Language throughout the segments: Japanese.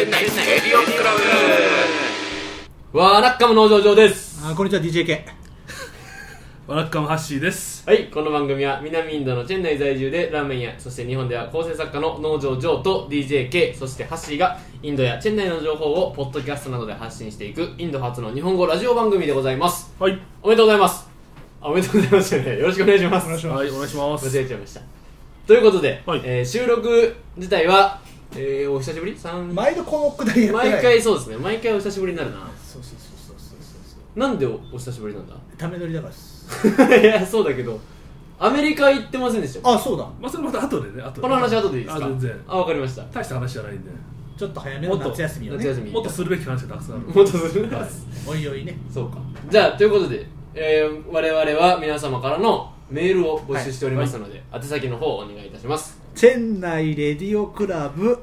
チェンナイレディオクラブ。わーラッカム農場上です。 こんにちは DJK。 ワラッカムハッシーです。 はい、この番組は南インドのチェンナイ在住でラーメン屋、そして日本では構成作家の農場上と DJK、そしてハッシーがインドやチェンナイの情報をポッドキャストなどで発信していくインド初の日本語ラジオ番組でございます。 はい。 おめでとうございます。おめでとうございますね。よろしくお願いします。 はい、お願いします。 間違えちゃいました。ということで、 はい収録自体は、お久しぶり毎度このくだりやってない。 毎回そうですね。毎回お久しぶりになるな。 そうなんでお久しぶりなんだため撮りだからです。 いや、そうだけどアメリカ行ってませんでしたあ、そうだ。 まあ、それまた後でね、後で。 この話後でいいですか？ 全然。 わかりました。 大した話じゃないんで。 ちょっと早めの夏休みをね。 夏休みもっとするべき話がたくさんある。 もっとするはいおいおいね。 そうか。じゃあということで、我々は皆様からのメールを募集しておりますので、宛先の方をお願いいたします。 チェンナイレディオクラブ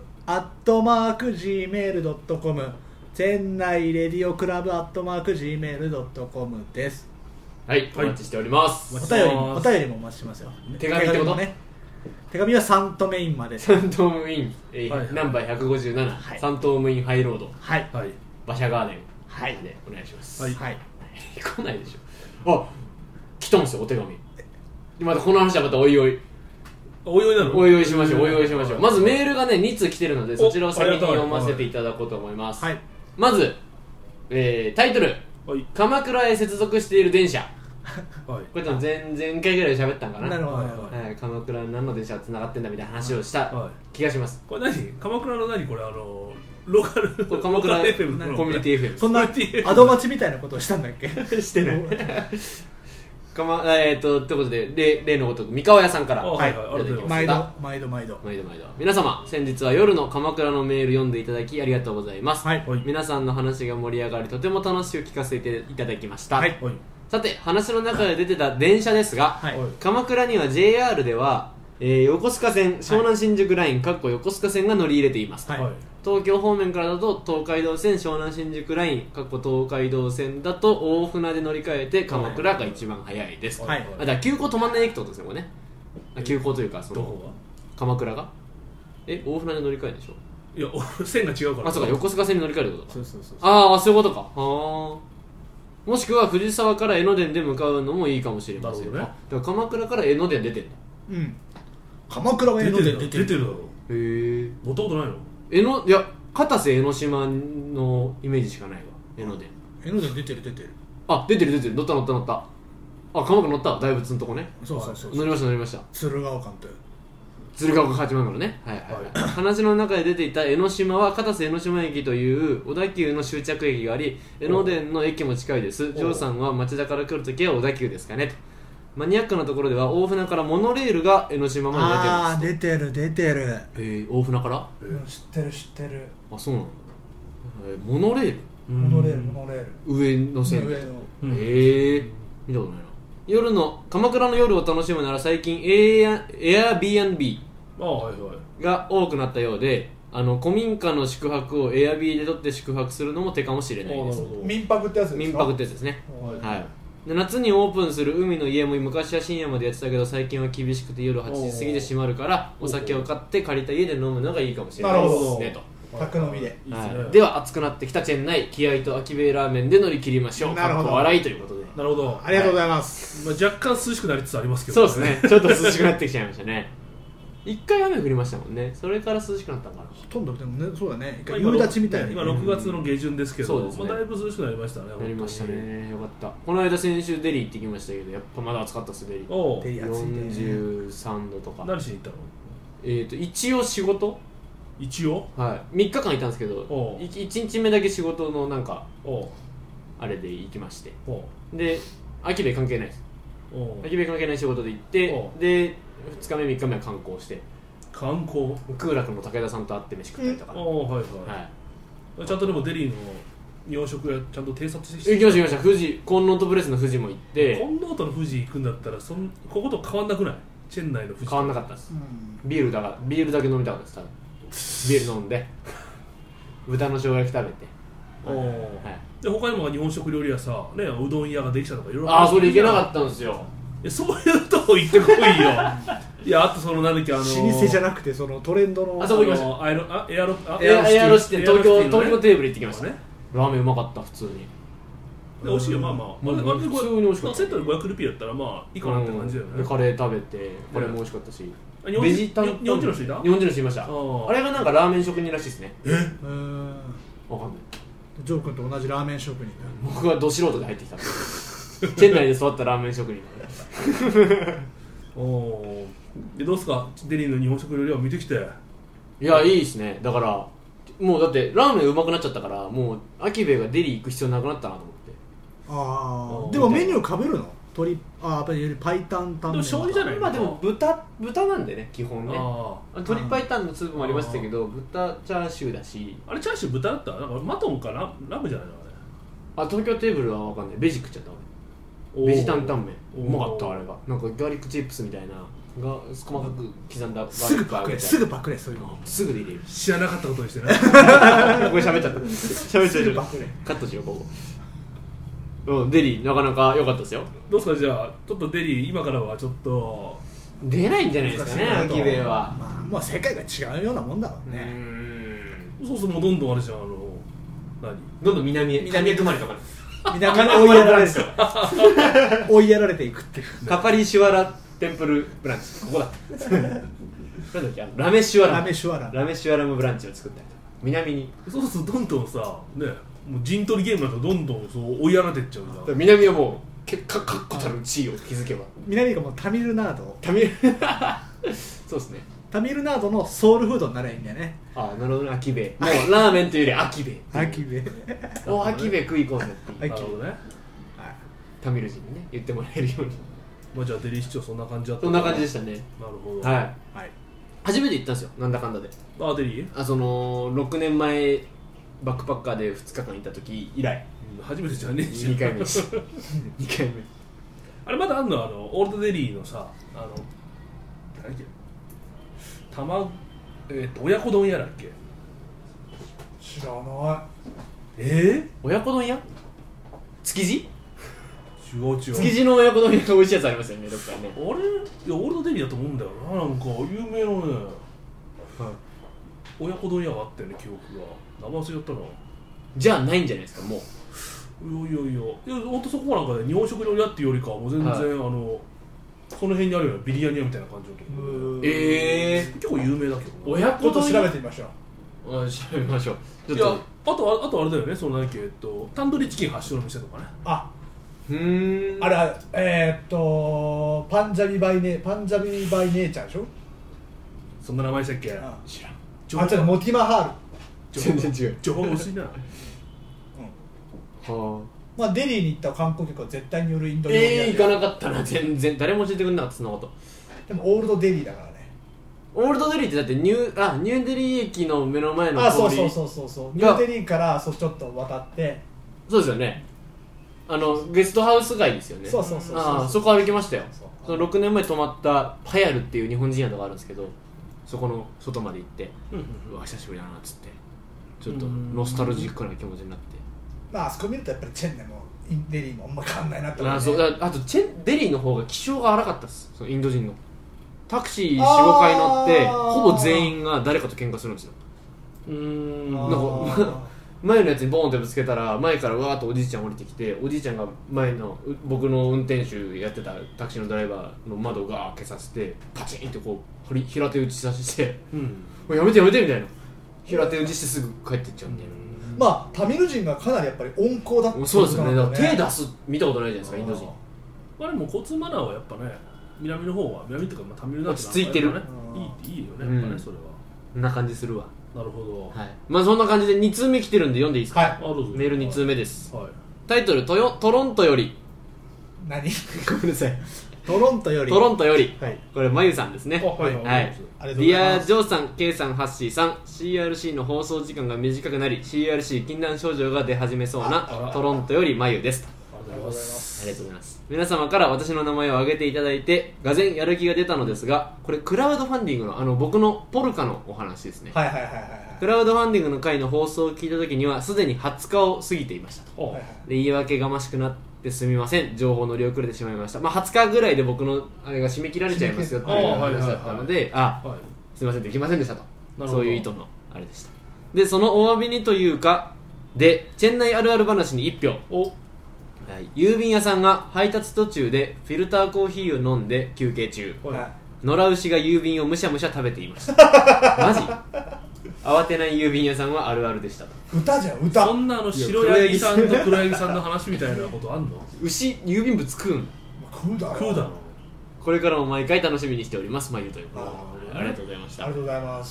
@gmail.com チェンナイレディオクラブ@gmail.com です。 はい、お待ちしております。 お便りもおお待ちしますよ。 手紙ってことね。手紙はサントメインまで。 サントームイン、 はいナンバー157、 はいサントームインハイロードはいはい。 馬車ガーデンはいでお願いします。 はいはい。 来ないでしょ。あ、来たんですよお手紙。でまたこの話はまたおいおいおいおいなの？ おいおいしましょう。おいおいしましょう。まずメールがね2通来てるので、 おそちらを先にありがとう読ませていただこうと思います。 はい。 まず、タイトル、 はい。 鎌倉へ接続している電車。 はい。 これ多分前回ぐらいで喋ったんかな。 なるほど。 はいはい、鎌倉に何の電車が繋がってんだみたいな話をしたはい。 気がします。 これ何？鎌倉の何これローカル。 これ鎌倉ローカル FM のコミュニティ FM。 そんなアドマチみたいなことをしたんだっけ？ してない。ということで、例のごとく三河屋さんからあはいはい、ありがとうございます。 毎度。 毎度皆様、先日は夜の鎌倉のメール読んでいただきありがとうございます。 はい。 はい。 皆さんの話が盛り上がり、とても楽しく聞かせていただきました。 はいはい。 さて、話の中で出てた電車ですが、 はい。 鎌倉には JR では、横須賀線、湘南新宿ライン、横須賀線が乗り入れています。 はい。 東京方面からだと東海道線、湘南新宿ライン、東海道線だと大船で乗り換えて鎌倉が一番早いです。 はいだから急行止まんない駅ってことですね、これね。急行というか、そのどこ鎌倉が大船で乗り換えでしょ。 が？いや、線が違うから。 あ、そうか、横須賀線に乗り換えることか。 そう。 ああ、そういうことか。もしくは藤沢から江ノ電で向かうのもいいかもしれません。 なるほどね。 だから鎌倉から江ノ電出てんだ。 うん。鎌倉は江ノ電出てるだろ。 へえ。 乗ったことないの？ いや、片瀬江ノ島のイメージしかないわ、江ノ電。 江ノ電出てる。 あ、出てる。乗った。あ、鎌倉乗った。大仏のとこね。 そう。 乗りました。 鶴ヶ丘って。 鶴岡八幡宮のね。はい。話の中で出ていた江ノ島は片瀬江ノ島駅という小田急の終着駅があり、江ノ電の駅も近いです。ジョーさんは町田から来るときは小田急ですかねと。マニアックなところでは大船からモノレールが江ノ島まで出てます。 出てる。 大船から？ 知ってる。 あ、そうなの。モノレール？ モノレール。 上の線。 上の。 見たことないな。鎌倉の夜を楽しむなら最近Airbnb が多くなったようで、古民家の宿泊を Airbnb で取って宿泊するのも手かもしれないです。 民泊ってやつですか？ 民泊ってやつですね。 はいはい。で夏にオープンする海の家も昔は深夜までやってたけど、最近は厳しくて夜8時過ぎで閉まるから、お酒を買って借りた家で飲むのがいいかもしれないですねと。 宅飲みで。 いいですね。 では暑くなってきたチェンナイ、気合と秋兵衛ラーメンで乗り切りましょう。 なるほど笑いということで。 なるほど。 ありがとうございます。 まあ、若干涼しくなりつつありますけど。 そうですね。ちょっと涼しくなってきちゃいましたね。一回雨降りましたもんね。それから涼しくなったのかな。 ほとんどでもね、そうだね。 まあ夕立みたいな。 今6月の下旬ですけど、 そうですねまあ、だいぶ涼しくなりましたね。 なりましたね。よかった。この間先週デリー行ってきましたけど、やっぱまだ暑かったですデリー。 おうデリ暑いね。 43度とか。 何しに行ったの？ 一応仕事、 一応はい3日間いたんですけど、 おう 1日目だけ仕事のなんかおうあれで行きまして、 おうで秋兵衛関係ないです。 おう秋兵衛関係ない仕事で行ってお、 で2日目3日目は観光して、 観光空楽の武田さんと会って飯食ったりとか、 おうはいはい、 はい、 ちゃんとでもデリーの日本食屋ちゃんと偵察して行きました富士コンノートプレスの富士も行ってコンノートの富士行くんだったらここと変わんなくない？チェンナイの富士変わんなかったです。 うん。 ビールだけ飲みたかったです。多分ビール飲んで豚の生姜焼き食べて、 おうはい、 で他にも日本食料理屋さ、ね、うどん屋ができたとかいろいろああそれ行けなかったんですよ。 そういうとこ行ってこいよいやあとそのなんだっけ老舗じゃなくてそのトレンドのあそこ行きましたエアロシティ東京テーブル行ってきましたね。ラーメンうまかった普通に。 美味しいよまあまあ普通に美味しかった。 セットで500ルピーだったらまあいいかなって感じだよね。 でカレー食べてカレーも美味しかったし。 日本ベジタン日本人の人いた？ 日本人の人いました。あれがなんかラーメン職人らしいですね。わかんない。 ジョー君と同じラーメン職人だ。 僕はど素人で入ってきたんでチェン内で育ったラーメン職人おおでどうすかデリーの日本食料理は見てきて。 いやいいですね。だからもうだってラーメンうまくなっちゃったからもうアキベがデリー行く必要なくなったなと思って。 でもメニューかぶるの？やっぱりパイタンタンメン。 でも醤油じゃない。 まあでも豚なんでね基本ね。鶏パイタンのスープもありましたけど豚チャーシューだし。 あれチャーシュー豚だった？なんかマトンかラムじゃないのあれ。 東京テーブルは分かんない。ベジ食っちゃった俺。ベジタンタンメンうまかったあれが。なんかガーリックチップスみたいなが細かく刻んだすぐパクれそういうのすぐで入れる。 知らなかったことにしてね。 これ喋っちゃったすぐパクれカットしようここ。デリーなかなか良かったですよ。 どうですかじゃあちょっとデリー今からはちょっと出ないんじゃないですかねアキベは。 まあ世界が違うようなもんだろうね。 そうするともうどんどんあれじゃんどんどん南へ泊まりとか南に追いやられて追いやられていくっていう。 カパリシュワラテンプルブランチここだなんだっけラメシュワラムブランチを作ったりとか南に。 そうするとどんどんさねもう陣取りゲームだとどんどんそう追いやられてっちゃうじゃん。 南はもう確固たる地位を築けば南がもうタミルナードそうですね。 タミルナードのソウルフードになればいいんだよね。 あなるほどね。アキベもうラーメンというよりアキベアキベアキベ食い込んでっていうなるほどね。 タミル人にね言ってもらえるように。 まあじゃあデリー市長そんな感じだった。 そんな感じでしたね。 なるほど。 はい初めて行ったんですよなんだかんだで。 デリーその6年前バックパッカーで2日間行った時以来初めてじゃねえし 2回目2回目あれまだあんのオールドデリーのさ何だっけ親子丼屋だっけ。 知らない。 親子丼屋築地違う築地の親子丼屋が美味しいやつありますよねどっかね。 あれいやオールドデリーだと思うんだよな。なんか有名なね親子丼屋があったよね記憶が。名前忘れちゃったな。 じゃあないんじゃないですかもう。 いやほんとそこはなんかね日本食料理屋っていうよりかはもう全然、その辺にあるようなビリヤニ屋みたいな感じのところ。結構有名だけど親子丼調べてみましょう。 調べましょう。 いやあとあれだよねその何だっけタンドリーチキン発祥の店とかね。 あれパンジャビバイネイチャーでしょ。 そんな名前したっけ。 知らん。 ちょっとモティマハール全然違う。 情報薄いな。 まあデリーに行った観光客は絶対によるインド料理行かなかったな全然。誰も教えてくれなかったそんなこと。 でもオールドデリーだからね。 オールドデリーってだってニューデリー駅の目の前の通り。 そうニューデリーからちょっと渡ってそうですよね。ゲストハウス街ですよね。 そうそこ歩きましたよ。その6年前泊まったパヤルっていう日本人宿があるんですけどそこの外まで行ってうわ久しぶりだなっつってちょっとノスタルジックな気持ちになって。 あそこ見るとやっぱりチェンネもデリーもあんま変わんないなって思う、ね。 あとデリーの方が気性が荒かったですそのインド人の。タクシー 4,5 回乗ってほぼ全員が誰かと喧嘩するんですよ。なんか前のやつにボーンってぶつけたら前からわーっとおじいちゃん降りてきておじいちゃんが前の僕の運転手やってたタクシーのドライバーの窓をガーッ開けさせてパチンってこう平手打ちさせて、やめてみたいな平手打ちしてすぐ帰ってっちゃうみたいな。 まあタミル人がかなりやっぱり温厚だった。 そうですよね。だから手出す見たことないじゃないですかインド人。 まあでも交通マナーはやっぱね南の方は南っていうかタミルナード落ち着いてる。 いいよねやっぱねそれは。 こんな感じするわ。 なるほど。 まあそんな感じで2通目来てるんで読んでいいですか。 どうぞ。 メール2通目です。タイトルトロントより。 何ごめんなさい。 トロントより。 これまゆさんですね。ディアジョーさん、ケイさん、ハッシーさん、 CRC の放送時間が短くなり CRC 禁断症状が出始めそうなトロントよりまゆです。 ありがとうございます。 ありがとうございます。皆様から私の名前を挙げていただいてがぜんやる気が出たのですが、これクラウドファンディングの僕のポルカのお話ですね。クラウドファンディングの回の放送を聞いた時にはすでに20日を過ぎていましたと。で言い訳がましくなっですみません、情報乗り遅れてしまいました。20日ぐらいで僕のあれが締め切られちゃいますよっていう話だったので、すみません、できませんでしたと、そういう意図のあれでした。で、そのお詫びにというかで、チェンナイあるある話に1票。郵便屋さんが配達途中でフィルターコーヒーを飲んで休憩中、野良牛が郵便をむしゃむしゃ食べていましたマジ慌てない郵便屋さんはあるあるでしたと。 歌じゃん、歌。 そんな白柳さんと黒柳さんの話みたいなことあんの？ 牛郵便物食うん食うだろ。 食うだろ。 これからも毎回楽しみにしております。まゆということで、ありがとうございました。 ありがとうございます。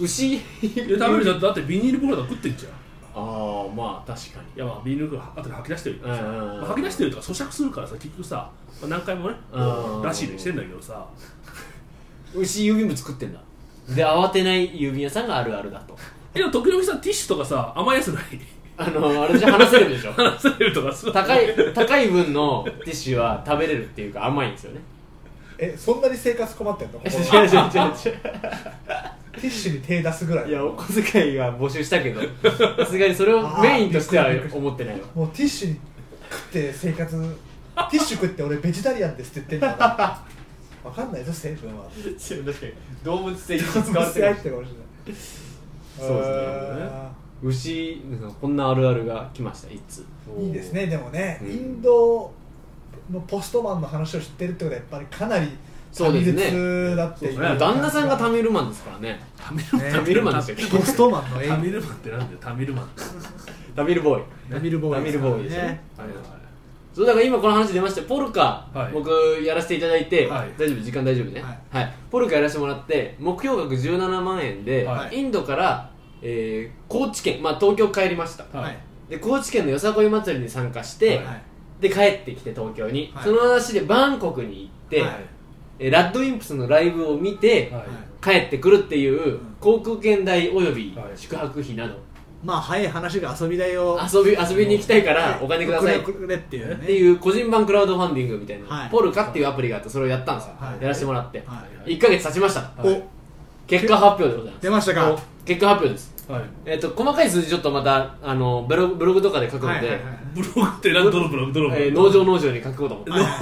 牛食べるじゃん。だってビニール袋とか食ってんじゃん。 ああ、まあ確かに。 いや、まあビニール袋後で吐き出してるからさ、吐き出してるとか咀嚼するからさ、結局さ、何回もねらしいでしてんだけどさ、 牛郵便物食ってんだ。で、慌てない郵便屋さんがあるあるだと。 でも時々さ、ティッシュとかさ、甘いやつない？ あれじゃ話せるでしょ話せるとかさ、 高い分のティッシュは食べれるっていうか甘いんですよね。 そんなに生活困ってんの？ 違うティッシュに手出すぐらい。 いや、お小遣いは募集したけど、さすがにそれをメインとしては思ってないわ。 もうティッシュ食って生活、ティッシュ食って俺ベジタリアンですって言ってんのか分かんないぞ、成分は。 確かに動物性に使使われてるってるかもしれない。 そうですね。牛、こんなあるあるが来ました、一通。 いいですね。でもね、インドのポストマンの話を知ってるってことはやっぱりかなりタミル通だっていう。 旦那さんがタミルマンですからね。タミルマンですよ。 ポストマンのタミルマンってなんだよ、タミルマン。 タミルボーイ。 タミルボーイですね。 そうだから今この話出ました。ポルカ、僕やらせていただいて、大丈夫、時間大丈夫ね。はい。ポルカやらせてもらって目標額17万円でインドから高知県、東京帰りました。で、高知県のよさこい祭りに参加して、で帰ってきて東京に、その足でバンコクに行って、ラッドウィンプスのライブを見て帰ってくるっていう航空券代および宿泊費など、 早い話が遊び代を遊びに行きたいからお金くださいっていう個人版クラウドファンディングみたいな、ポルカっていうアプリがあって、それをやったんですよ。やらせてもらって1ヶ月経ちました。結果発表でございます。 出ましたか？ 結果発表です。細かい数字ちょっとまたブログとかで書くので、 ブログって何？どのブログ？ 農場に書こうと思って、誰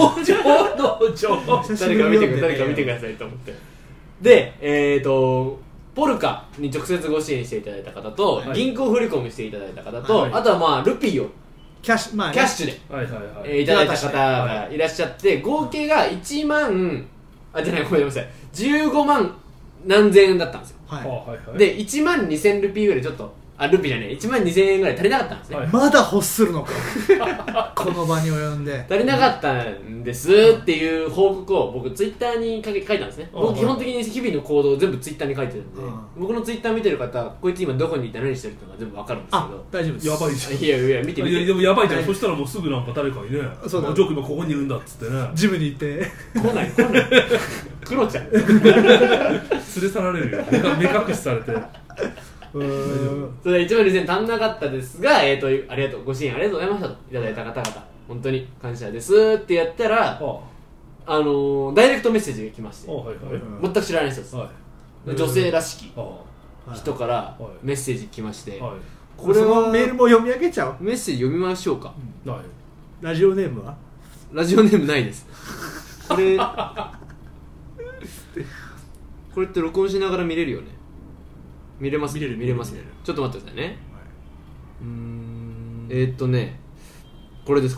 か見てくださいと思って。で、ポルカに直接ご支援していただいた方と、銀行振り込みしていただいた方と、あとはルピーをキャッシュでいただいた方がいらっしゃって、合計が1万ごめんなさい、15万何千円だったんですよ。で、1万2000ルピーぐらいちょっと、ルピーじゃねえ、1万2000円ぐらい足りなかったんですね。 まだ欲するのかこの場に及んで足りなかったんですっていう報告を僕ツイッターに書いたんですね。僕基本的に日々の行動を全部ツイッターに書いてるんで、僕のツイッター見てる方、こいつ今どこにいて何してるっていうのが全部わかるんですけど。 大丈夫です。 やばいじゃん。 いや見てでもやばいじゃん。そしたらもうすぐなんか誰かにね、ジョーク今ここにいるんだっつってね、 ジムに行って来ないクロちゃん連れ去られるよ。目隠しされて。 それで1万2000足んなかったですが、ありがとう、ご支援ありがとうございましたといただいた方々、本当に感謝ですってやったら、ダイレクトメッセージが来まして、全く知らない人です。女性らしき人からメッセージ来まして、 これはメールも読み上げちゃう。 メッセージ読みましょうか。 ラジオネームは？ ラジオネームないです。これって録音しながら見れるよね。見れますね。ちょっと待ってくださいね。これです。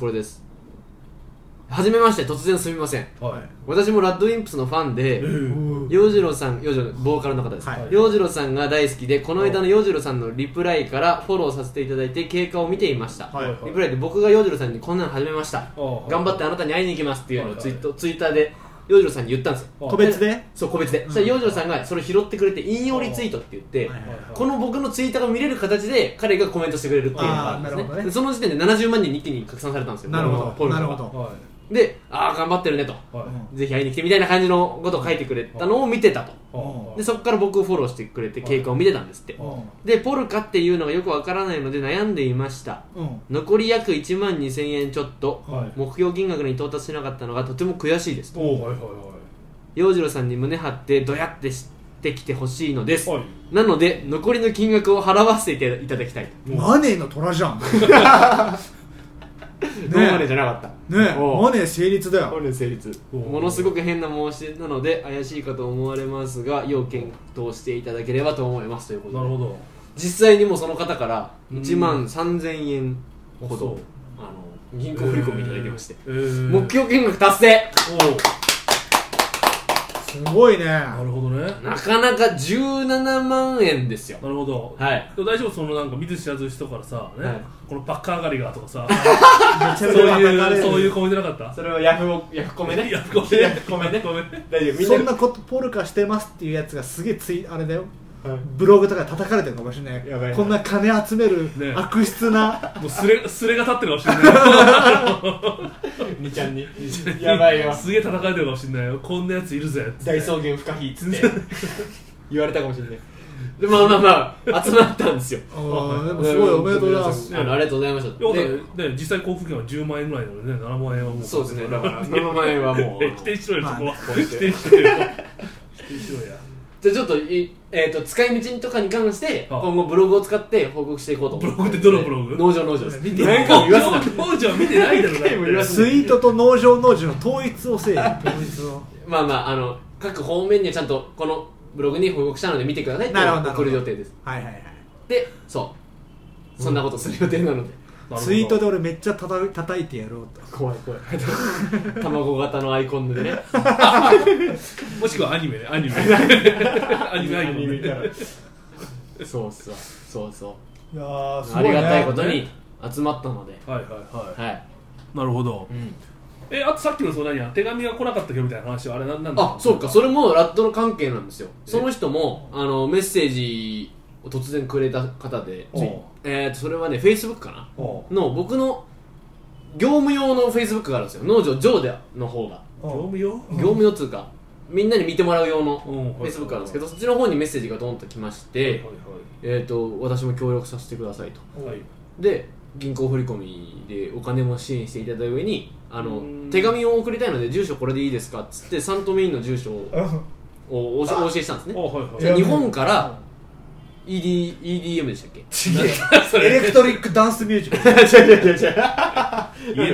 はじめまして、突然すみません。私もラッドウィンプスのファンで、洋次郎さん、ボーカルの方です。洋次郎さんが大好きで、この間の洋次郎さんのリプライからフォローさせていただいて経過を見ていました。リプライで僕が洋次郎さんにこんなの始めました。頑張ってあなたに会いに行きますっていうのをツイッターで洋次郎さんに言ったんですよ。 個別で？ そう、個別で。そしたら洋次郎さんがそれ拾ってくれて引用リツイートって言って、この僕のツイッターが見れる形で彼がコメントしてくれるっていうのがあるんですね。その時点で70万人に一気に拡散されたんですよ。 なるほど。 で、頑張ってるねと、ぜひ会いに来てみたいな感じのことを書いてくれたのを見てたと。で、そこから僕をフォローしてくれて経過を見てたんですって。で、ポルカっていうのがよくわからないので悩んでいました。残り約1万2000円ちょっと、目標金額に到達しなかったのがとても悔しいですと。洋次郎さんに胸張ってどやってしてきてほしいのです。なので残りの金額を払わせていただきたい。 マネーの虎じゃん。 ノーマネーじゃなかったねマネー成立だよ。 マネー成立。ものすごく変な申し出なので怪しいかと思われますが要検討していただければと思いますということで、 なるほど。 実際にもその方から1万3000円ほど銀行振り込みいただきまして、目標金額達成。 すごいね。 なるほどね。 なかなか17万円ですよ。 なるほど。 はい。 大丈夫？そのなんか見ず知らず人からさ、ね、 はい、 このパッカー上がりがとかさ、 そういうコメントなかった？ それはヤフコメね。ヤフコメね。大丈夫。 そんなことポルカしてますっていうやつがすげえあれだよ。ブログとかで叩かれてるかもしれない。 やばい。 こんな金集める悪質な、 もうスレが立ってるかもしれない。 2ちゃんにやばいよ。 すげえ叩かれてるかもしれないよ。こんなやついるぜ。 大草原不可避っつって言われたかもしれない。でまあ集まったんですよ。 でもすごいおめでとうございます。 ありがとうございました。 で実際交付金は10万円ぐらいなのでね、7万円はもう。 そうですね。だから7万円はもう否定しろよ、そこは。否定しろよ。 じゃあちょっと使い道とかに関して今後ブログを使って報告していこうと思う。 ブログってどのブログ？ 農場です。 何回も言わすな。農場見てないだろな。 スイートと農場の統一をせえよ。統一を。 まあ各方面にはちゃんとこのブログに報告したので見てくださいって送る予定です。 はいはいはい。 でそんなことする予定なので。 ツイートで俺めっちゃ叩いてやろうと。 怖い卵型のアイコンでね。 もしくはアニメね。アニメそういやーすごいね。 ありがたいことに集まったので。 はいなるほど。あとさっきの手紙が来なかったけどみたいな話はあれなんだ。 あ、そうか。それもラッドの関係なんですよ。その人もメッセージを突然くれた方で、それはね Facebook かなの僕の業務用の Facebook があるんですよ。農場上での方が業務用っつうかみんなに見てもらう用の Facebook があるんですけど、そっちの方にメッセージがドンと来まして、私も協力させてくださいと。で銀行振り込みでお金も支援していただいた上に手紙を送りたいので住所これでいいですかっつってサントメインの住所をお教えしたんですね。日本からEDM でしたっけ？ エレクトリックダンスミュージック。 違う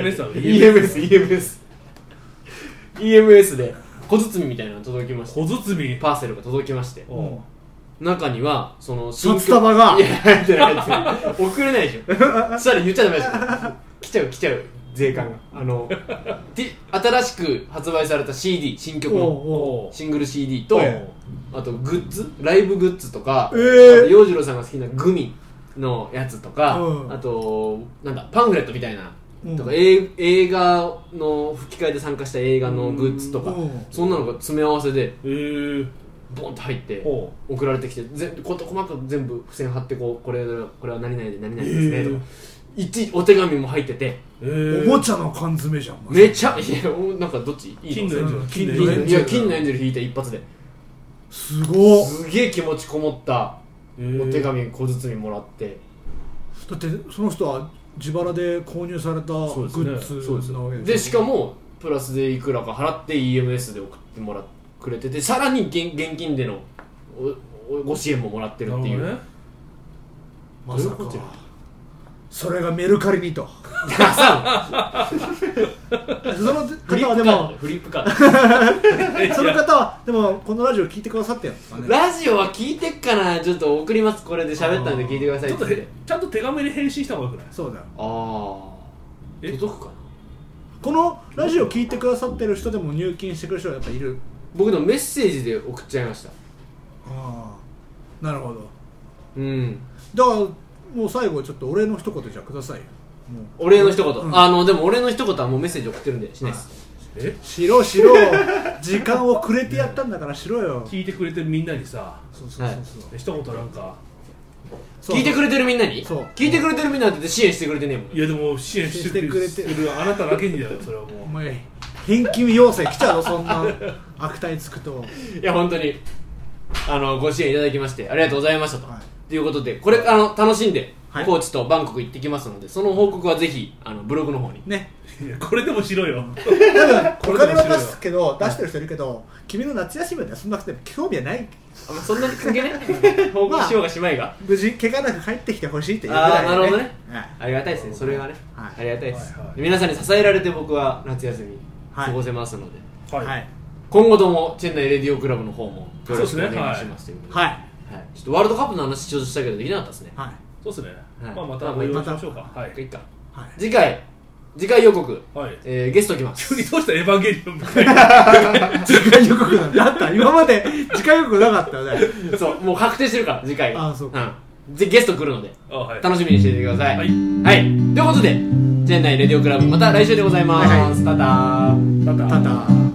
EMS で小包みたいなのが届きまして、 小包パーセルが届きまして、中にはその札束がいや入ってない送れないでしょ。そしたら言っちゃダメでしょ。来ちゃう税関が新しく発売された CD 新曲のシングル CD とあとグッズライブグッズとか、あと洋次郎さんが好きなグミのやつとか、あとなんだパンフレットみたいなとか、映画の吹き替えで参加した映画のグッズとか、そんなのが詰め合わせでボンと入って送られてきて、細かく全部付箋貼ってこれは何々で何々ですねとか、お手紙も入ってて、 おもちゃの缶詰じゃん。 めちゃなんかどっちいいの？ 金のエンジェル引いて一発ですごっ。 すげえ気持ちこもったお手紙小包もらって。 だってその人は自腹で購入されたグッズなわけでしかもプラスでいくらか払って EMS で送ってくれてて、さらに現金でのご支援ももらってるっていう。 まさかそれがメルカリにと。その方はでもフリップカードその方はでもこのラジオ聞いてくださってるんですかね。 ラジオは聞いてっかな。ちょっと送ります。これで喋ったんで聞いてくださいって。 ちゃんと手紙で返信した方がよくない？ そうだよ。 届くかな。 このラジオ聞いてくださってる人でも入金してくる人はやっぱいる。 僕のメッセージで送っちゃいました。 なるほど。だからもう最後ちょっとお礼の一言じゃくださいよ。 お礼の一言、でもお礼の一言はもうメッセージ送ってるんでしないです。 しろ時間をくれてやったんだからしろよ。 聞いてくれてるみんなにさ、一言なんか聞いてくれてるみんなに聞いてくれてるみんなって支援してくれてねえもん。 いやでも支援してくれてるあなただけにだよ。それはもうお前返金要請来ちゃうの。そんな悪態つくと。 いや本当にご支援いただきましてありがとうございましたと、いうことでこれ楽しんではい高知とバンコク行ってきますので、その報告はぜひブログの方にね。 いやこれでもしろよお金は出すけど、出してる人いるけど、君の夏休みで遊んなくても興味はない。 そんなに関係ね報告しようがしまいが、 無事怪我なく帰ってきてほしいというぐらい、 ああなるほどね、 はい、 ありがたいですね、それはね、 はいありがたいです、 はいはい皆さんに支えられて僕は夏休み過ごせますので、 はい、 はい今後ともチェンナイレディオクラブの方もよろしくお願いしますということで、 はいはいちょっとワールドカップの話ちょっとしたけどできなかったですね、 はいそうですね、 はいまあ、またお祝いしましょうか、はいいいかはい次回予告、 はいゲスト来ます急にどうしたエヴァンゲリオンみたいな次回予告なんてあった今まで次回予告なかったよねそうもう確定してるから次回があそうか、 ゲスト来るのであ、はい、 楽しみにしていてくださいはいはい、ということでチェンナイレディオクラブまた来週でございます、 はいタターただただ